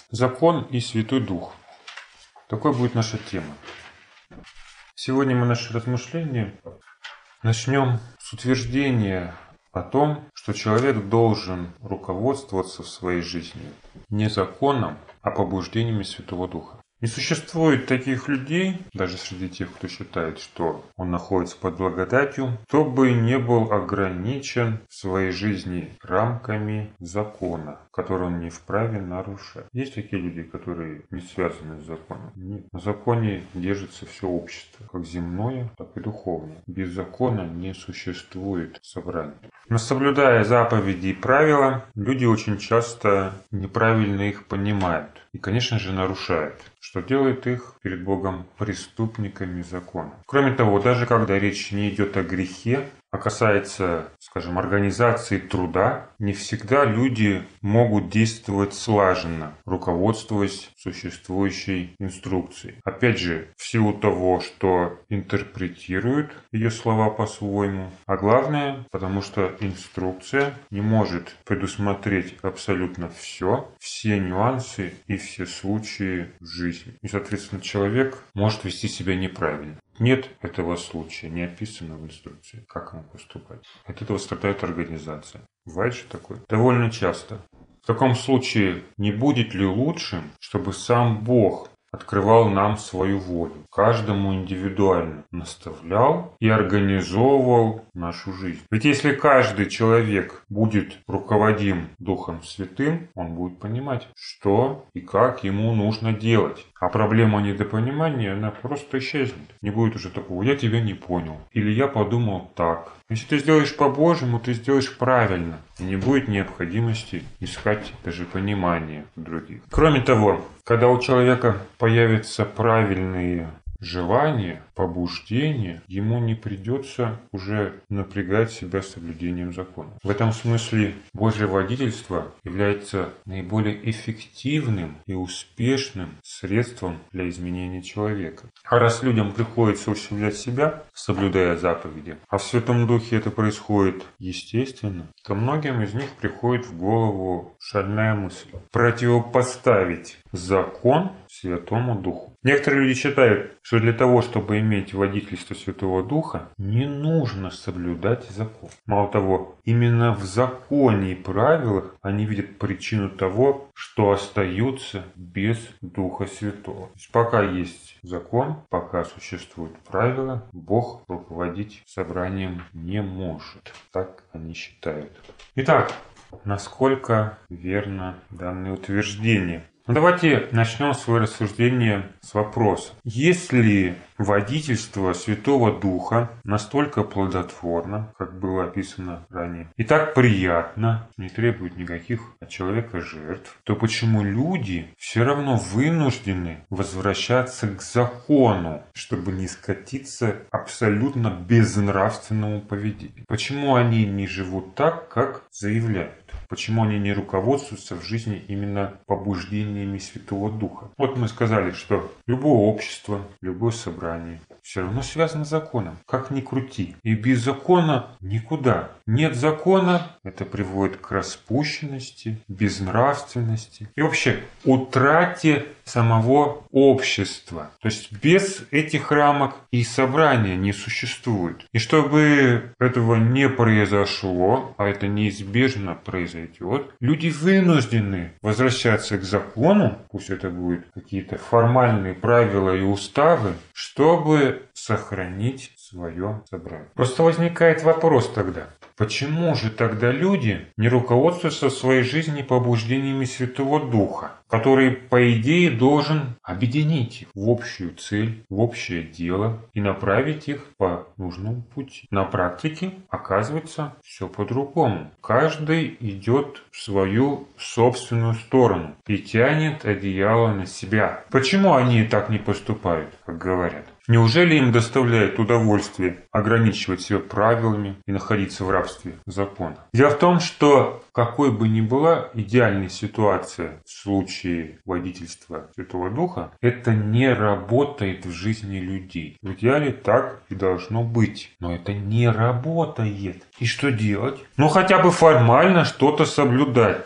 Закон и Святой Дух. Такой будет наша тема. Сегодня мы наше размышление начнем с утверждения о том, что человек должен руководствоваться в своей жизни не законом, а побуждениями Святого Духа. Не существует таких людей, даже среди тех, кто считает, что он находится под благодатью, кто бы не был ограничен в своей жизни рамками закона, которые он не вправе нарушать. Есть такие люди, которые не связаны с законом? Нет. На законе держится все общество, как земное, так и духовное. Без закона не существует собрания. Но соблюдая заповеди и правила, люди очень часто неправильно их понимают и, конечно же, нарушают, что делает их перед Богом преступниками закона. Кроме того, даже когда речь не идет о грехе, а касается, скажем, организации труда, не всегда люди могут действовать слаженно, руководствуясь существующей инструкцией. Опять же, в силу того, что интерпретируют ее слова по-своему, а главное, потому что инструкция не может предусмотреть абсолютно все нюансы и все случаи в жизни. И, соответственно, человек может вести себя неправильно. Нет этого случая, не описано в инструкции, как ему поступать. От этого страдает организация. Бывает же такое? Довольно часто. В таком случае не будет ли лучше, чтобы сам Бог открывал нам свою волю, каждому индивидуально наставлял и организовывал нашу жизнь? Ведь если каждый человек будет руководим Духом Святым, он будет понимать, что и как ему нужно делать. А проблема недопонимания, она просто исчезнет. Не будет уже такого: я тебя не понял, или я подумал так. Если ты сделаешь по-божьему, ты сделаешь правильно. И не будет необходимости искать даже понимания других. Кроме того, когда у человека появятся правильные желания, побуждения, ему не придется уже напрягать себя соблюдением закона. В этом смысле Божье водительство является наиболее эффективным и успешным средством для изменения человека. А раз людям приходится ущемлять себя, соблюдая заповеди, а в Святом Духе это происходит естественно, то многим из них приходит в голову шальная мысль противопоставить закон Святому Духу. Некоторые люди считают, что для того, чтобы иметь водительство Святого Духа, не нужно соблюдать закон. Мало того, именно в законе и правилах они видят причину того, что остаются без Духа Святого. То есть пока есть закон, пока существуют правила, Бог руководить собранием не может. Так они считают. Итак, насколько верно данное утверждение? Давайте начнем свое рассуждение с вопроса. Если водительство Святого Духа настолько плодотворно, как было описано ранее, и так приятно, не требует никаких от человека жертв, то почему люди все равно вынуждены возвращаться к закону, чтобы не скатиться абсолютно безнравственному поведению? Почему они не живут так, как заявляют? Почему они не руководствуются в жизни именно побуждениями Святого Духа? Вот мы сказали, что любое общество, любое собрание все равно связано с законом. Как ни крути. И без закона никуда. Нет закона, это приводит к распущенности, безнравственности и вообще утрате самого общества. То есть без этих рамок и собрания не существует. И чтобы этого не произошло, а это неизбежно произойдет, люди вынуждены возвращаться к закону, пусть это будут какие-то формальные правила и уставы, чтобы сохранить свое собрание. Просто возникает вопрос тогда: почему же тогда люди не руководствуются в своей жизни побуждениями Святого Духа, который, по идее, должен объединить их в общую цель, в общее дело и направить их по нужному пути? На практике оказывается все по-другому. Каждый идет в свою собственную сторону и тянет одеяло на себя. Почему они так не поступают, как говорят? Неужели им доставляет удовольствие ограничивать себя правилами и находиться в рабстве закона? Дело в том, что какой бы ни была идеальная ситуация в случае водительства Святого Духа, это не работает в жизни людей. В идеале так и должно быть. Но это не работает. И что делать? Ну хотя бы формально что-то соблюдать, так?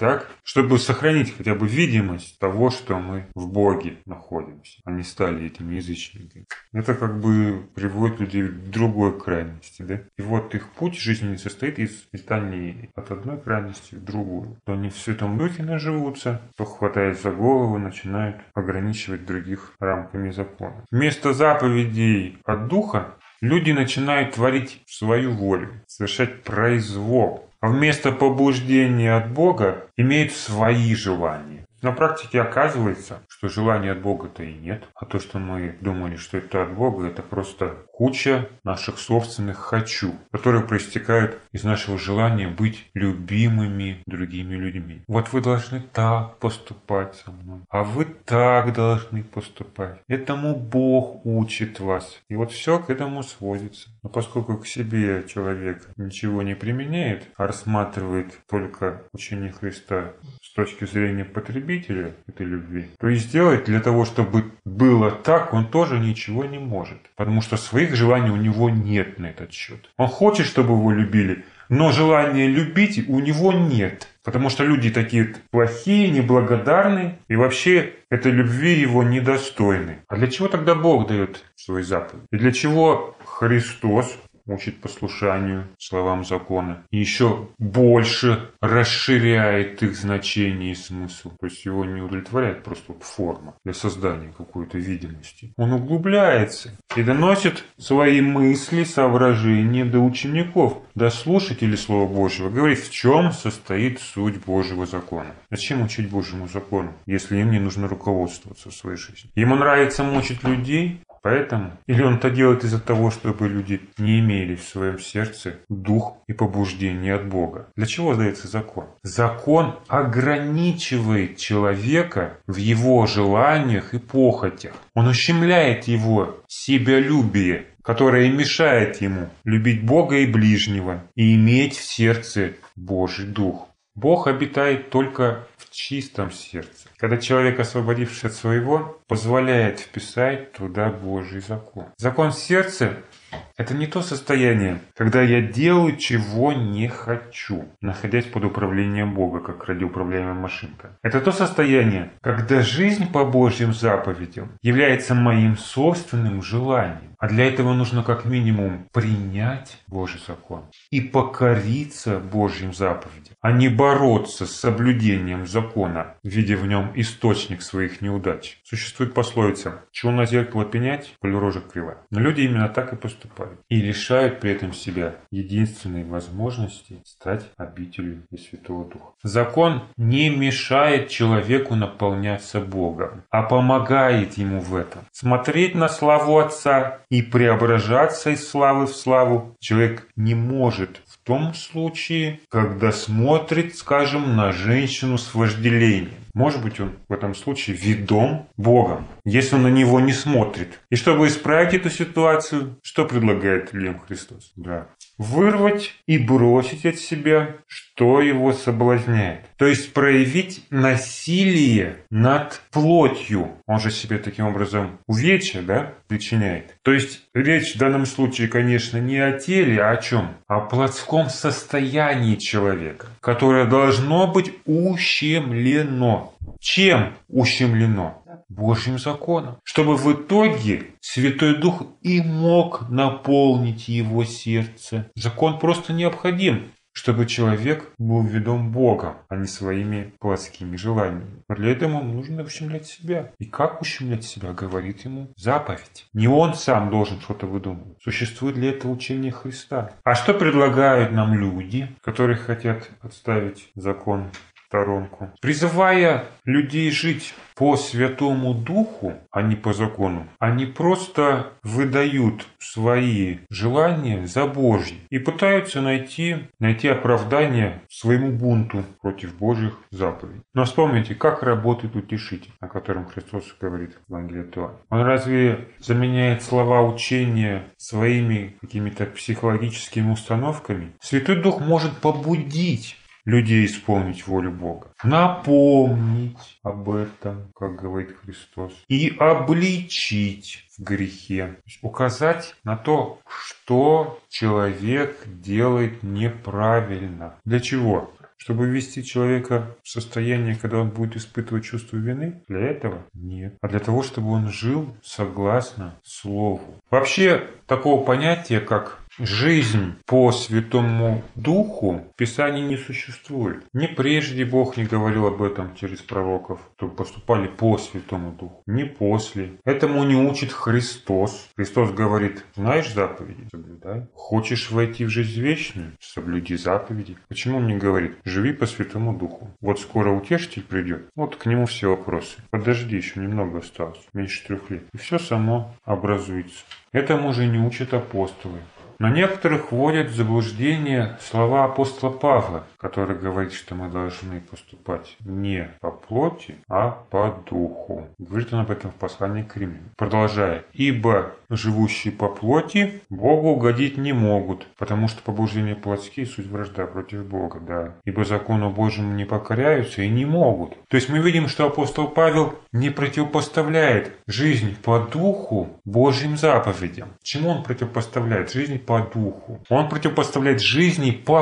чтобы сохранить хотя бы видимость того, что мы в Боге находимся, а не стали этими язычниками. Это как бы приводит людей к другой крайности, да? И вот их путь жизненный состоит из метаний от одной крайности в другую. То они в Святом Духе наживутся, то, хватаясь за голову, начинают ограничивать других рамками закона. Вместо заповедей от Духа люди начинают творить свою волю, совершать произвол. А вместо побуждения от Бога имеют свои желания. На практике оказывается, что желания от Бога-то и нет. А то, что мы думали, что это от Бога, это просто куча наших собственных «хочу», которые проистекают из нашего желания быть любимыми другими людьми. Вот вы должны так поступать со мной, а вы так должны поступать. Этому Бог учит вас. И вот все к этому сводится. Но поскольку к себе человек ничего не применяет, а рассматривает только учение Христа с точки зрения потребителя этой любви, то и сделать для того, чтобы было так, он тоже ничего не может. Потому что своих желаний у него нет на этот счет. Он хочет, чтобы его любили, но желания любить у него нет. Потому что люди такие плохие, неблагодарные, и вообще этой любви его недостойны. А для чего тогда Бог дает свои заповеди? И для чего Христос учит послушанию словам закона и еще больше расширяет их значение и смысл? То есть его не удовлетворяет просто форма для создания какой-то видимости. Он углубляется и доносит свои мысли, соображения до учеников, до слушателей Слова Божьего. Говорит, в чем состоит суть Божьего закона. Зачем учить Божьему закону, если им не нужно руководствоваться в своей жизни? Ему нравится мучить людей, поэтому? Или он это делает из-за того, чтобы люди не имели в своем сердце дух и побуждение от Бога? Для чего дается закон? Закон ограничивает человека в его желаниях и похотях. Он ущемляет его себялюбие, которое мешает ему любить Бога и ближнего и иметь в сердце Божий Дух. Бог обитает только в чистом сердце. Когда человек, освободившись от своего, позволяет вписать туда Божий закон. Закон сердца – это не то состояние, когда я делаю, чего не хочу, находясь под управлением Бога, как радиоуправляемая машинка. Это то состояние, когда жизнь по Божьим заповедям является моим собственным желанием. А для этого нужно как минимум принять Божий закон и покориться Божьим заповедям, а не бороться с соблюдением закона, видя в нем источник своих неудач. Существует пословица «Чего на зеркало пенять, коли рожа кривая». Но люди именно так и поступают. И лишают при этом себя единственной возможности стать обителью Святого Духа. Закон не мешает человеку наполняться Богом, а помогает ему в этом. Смотреть на славу Отца и преображаться из славы в славу человек не может в том случае, когда смотрит, скажем, на женщину с вожделением. Может быть, он в этом случае ведом Богом, если он на него не смотрит. И чтобы исправить эту ситуацию, что предлагает Ильям Христос? Да. Вырвать и бросить от себя, что его соблазняет. То есть проявить насилие над плотью. Он же себе таким образом увечья, причиняет. То есть речь в данном случае, конечно, не о теле, а о чем? О плотском состоянии человека, которое должно быть ущемлено. Чем ущемлено? Божьим законом. Чтобы в итоге Святой Дух и мог наполнить его сердце. Закон просто необходим, чтобы человек был ведом Богом, а не своими плотскими желаниями. Но для этого нужно ущемлять себя. И как ущемлять себя, говорит ему заповедь. Не он сам должен что-то выдумывать. Существует для этого учение Христа. А что предлагают нам люди, которые хотят отставить закон в сторонку? Призывая людей жить по Святому Духу, а не по закону, они просто выдают свои желания за Божьи и пытаются найти оправдание своему бунту против Божьих заповедей. Но вспомните, как работает утешитель, о котором Христос говорит в Евангелии от Иоанна. Он разве заменяет слова учения своими какими-то психологическими установками? Святой Дух может побудить людей исполнить волю Бога, напомнить об этом, как говорит Христос, и обличить в грехе, то есть указать на то, что человек делает неправильно. Для чего? Чтобы ввести человека в состояние, когда он будет испытывать чувство вины? Для этого? Нет. А для того, чтобы он жил согласно Слову. Вообще, такого понятия, как жизнь по Святому Духу в Писании не существует. Ни прежде Бог не говорил об этом через пророков, чтобы поступали по Святому Духу, ни после. Этому не учит Христос. Христос говорит: знаешь заповеди? Соблюдай. Хочешь войти в жизнь вечную? Соблюди заповеди. Почему он не говорит: живи по Святому Духу? Вот скоро утешитель придет, вот к нему все вопросы. Подожди, еще немного осталось, меньше 3 лет. И все само образуется. Этому же не учат апостолы. Но некоторых вводят в заблуждение слова апостола Павла, который говорит, что мы должны поступать не по плоти, а по духу. Говорит он об этом в послании к Римлянам. Продолжая: «Ибо живущие по плоти Богу угодить не могут, потому что побуждения плотские суть вражда против Бога». Да. «Ибо закону Божьему не покоряются и не могут». То есть мы видим, что апостол Павел не противопоставляет жизнь по духу Божьим заповедям. Чему он противопоставляет? Жизнь по духу. Он противопоставляет жизни по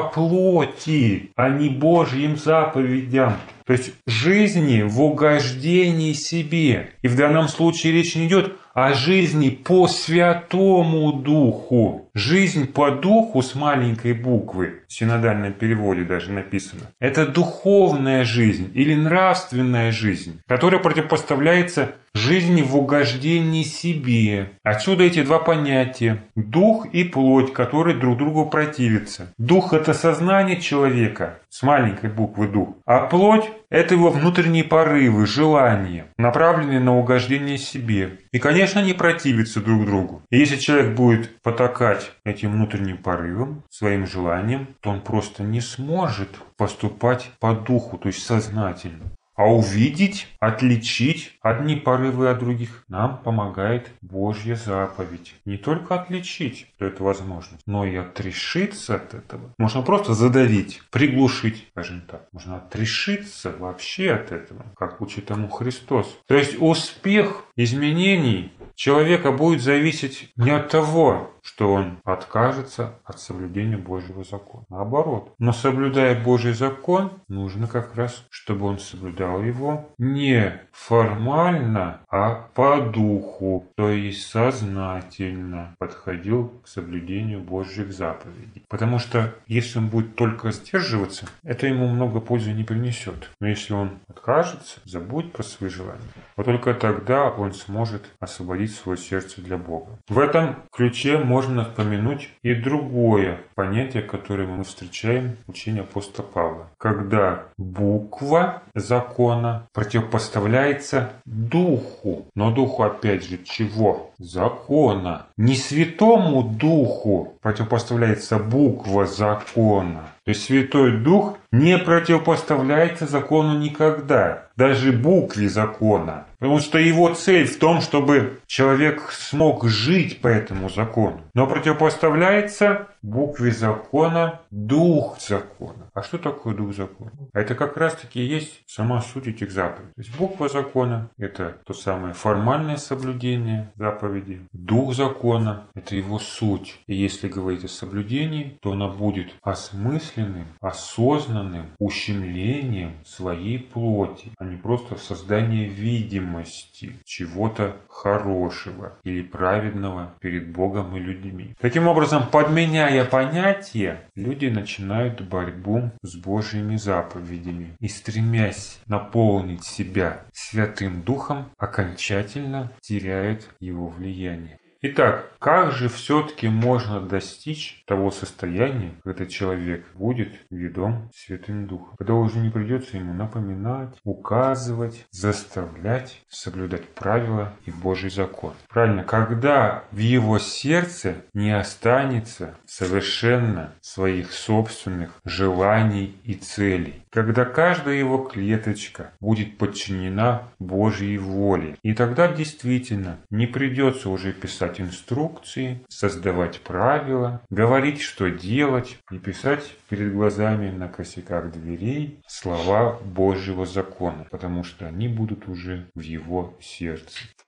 плоти, а не Божьим заповедям. То есть жизни в угождении себе. И в данном случае речь не идет о жизни по Святому Духу. Жизнь по духу с маленькой буквы, в синодальном переводе даже написано, это духовная жизнь или нравственная жизнь, которая противопоставляется жизни в угождении себе. Отсюда эти два понятия – дух и плоть, которые друг другу противятся. Дух – это сознание человека, с маленькой буквы дух, а плоть – это его внутренние порывы, желания, направленные на угождение себе. И, конечно, они противятся друг другу. И если человек будет потакать этим внутренним порывам, своим желаниям, то он просто не сможет поступать по духу, то есть сознательно. А увидеть, отличить одни порывы от других нам помогает Божья заповедь. Не только отличить, что это возможность, но и отрешиться от этого. Можно просто задавить, приглушить, скажем так. Можно отрешиться вообще от этого, как учит тому Христос. То есть успех изменений человека будет зависеть не от того, что он откажется от соблюдения Божьего закона. Наоборот. Но соблюдая Божий закон, нужно как раз, чтобы он соблюдал его не формально, а по духу, то есть сознательно подходил к соблюдению Божьих заповедей. Потому что если он будет только сдерживаться, это ему много пользы не принесет. Но если он откажется, забудет про свои желания, вот только тогда он сможет освободить свое сердце для Бога. В этом ключе можно вспомянуть и другое понятие, которое мы встречаем в учении апостола Павла. Когда буква закона противопоставляется духу. Но духу опять же чего? Закона. Не Святому Духу противопоставляется буква закона. То есть Святой Дух не противопоставляется закону никогда, даже букве закона. Потому что его цель в том, чтобы человек смог жить по этому закону. Но противопоставляется букве закона дух закона. А что такое дух закона? Это как раз таки и есть сама суть этих заповедей. То есть буква закона – это то самое формальное соблюдение заповеди. Дух закона – это его суть. И если говорить о соблюдении, то она будет осмысленным, осознанным ущемлением своей плоти, а не просто создание видимости чего-то хорошего или праведного перед Богом и людьми. Таким образом, подменяя понятия, люди начинают борьбу с Божьими заповедями и, стремясь наполнить себя Святым Духом, окончательно теряют его влияние. Итак, как же все-таки можно достичь того состояния, когда человек будет ведом Святым Духом? Когда уже не придется ему напоминать, указывать, заставлять соблюдать правила и Божий закон. Правильно, когда в его сердце не останется совершенно своих собственных желаний и целей. Когда каждая его клеточка будет подчинена Божьей воле. И тогда действительно не придется уже писать инструкции, создавать правила, говорить, что делать, и писать перед глазами на косяках дверей слова Божьего закона, потому что они будут уже в его сердце.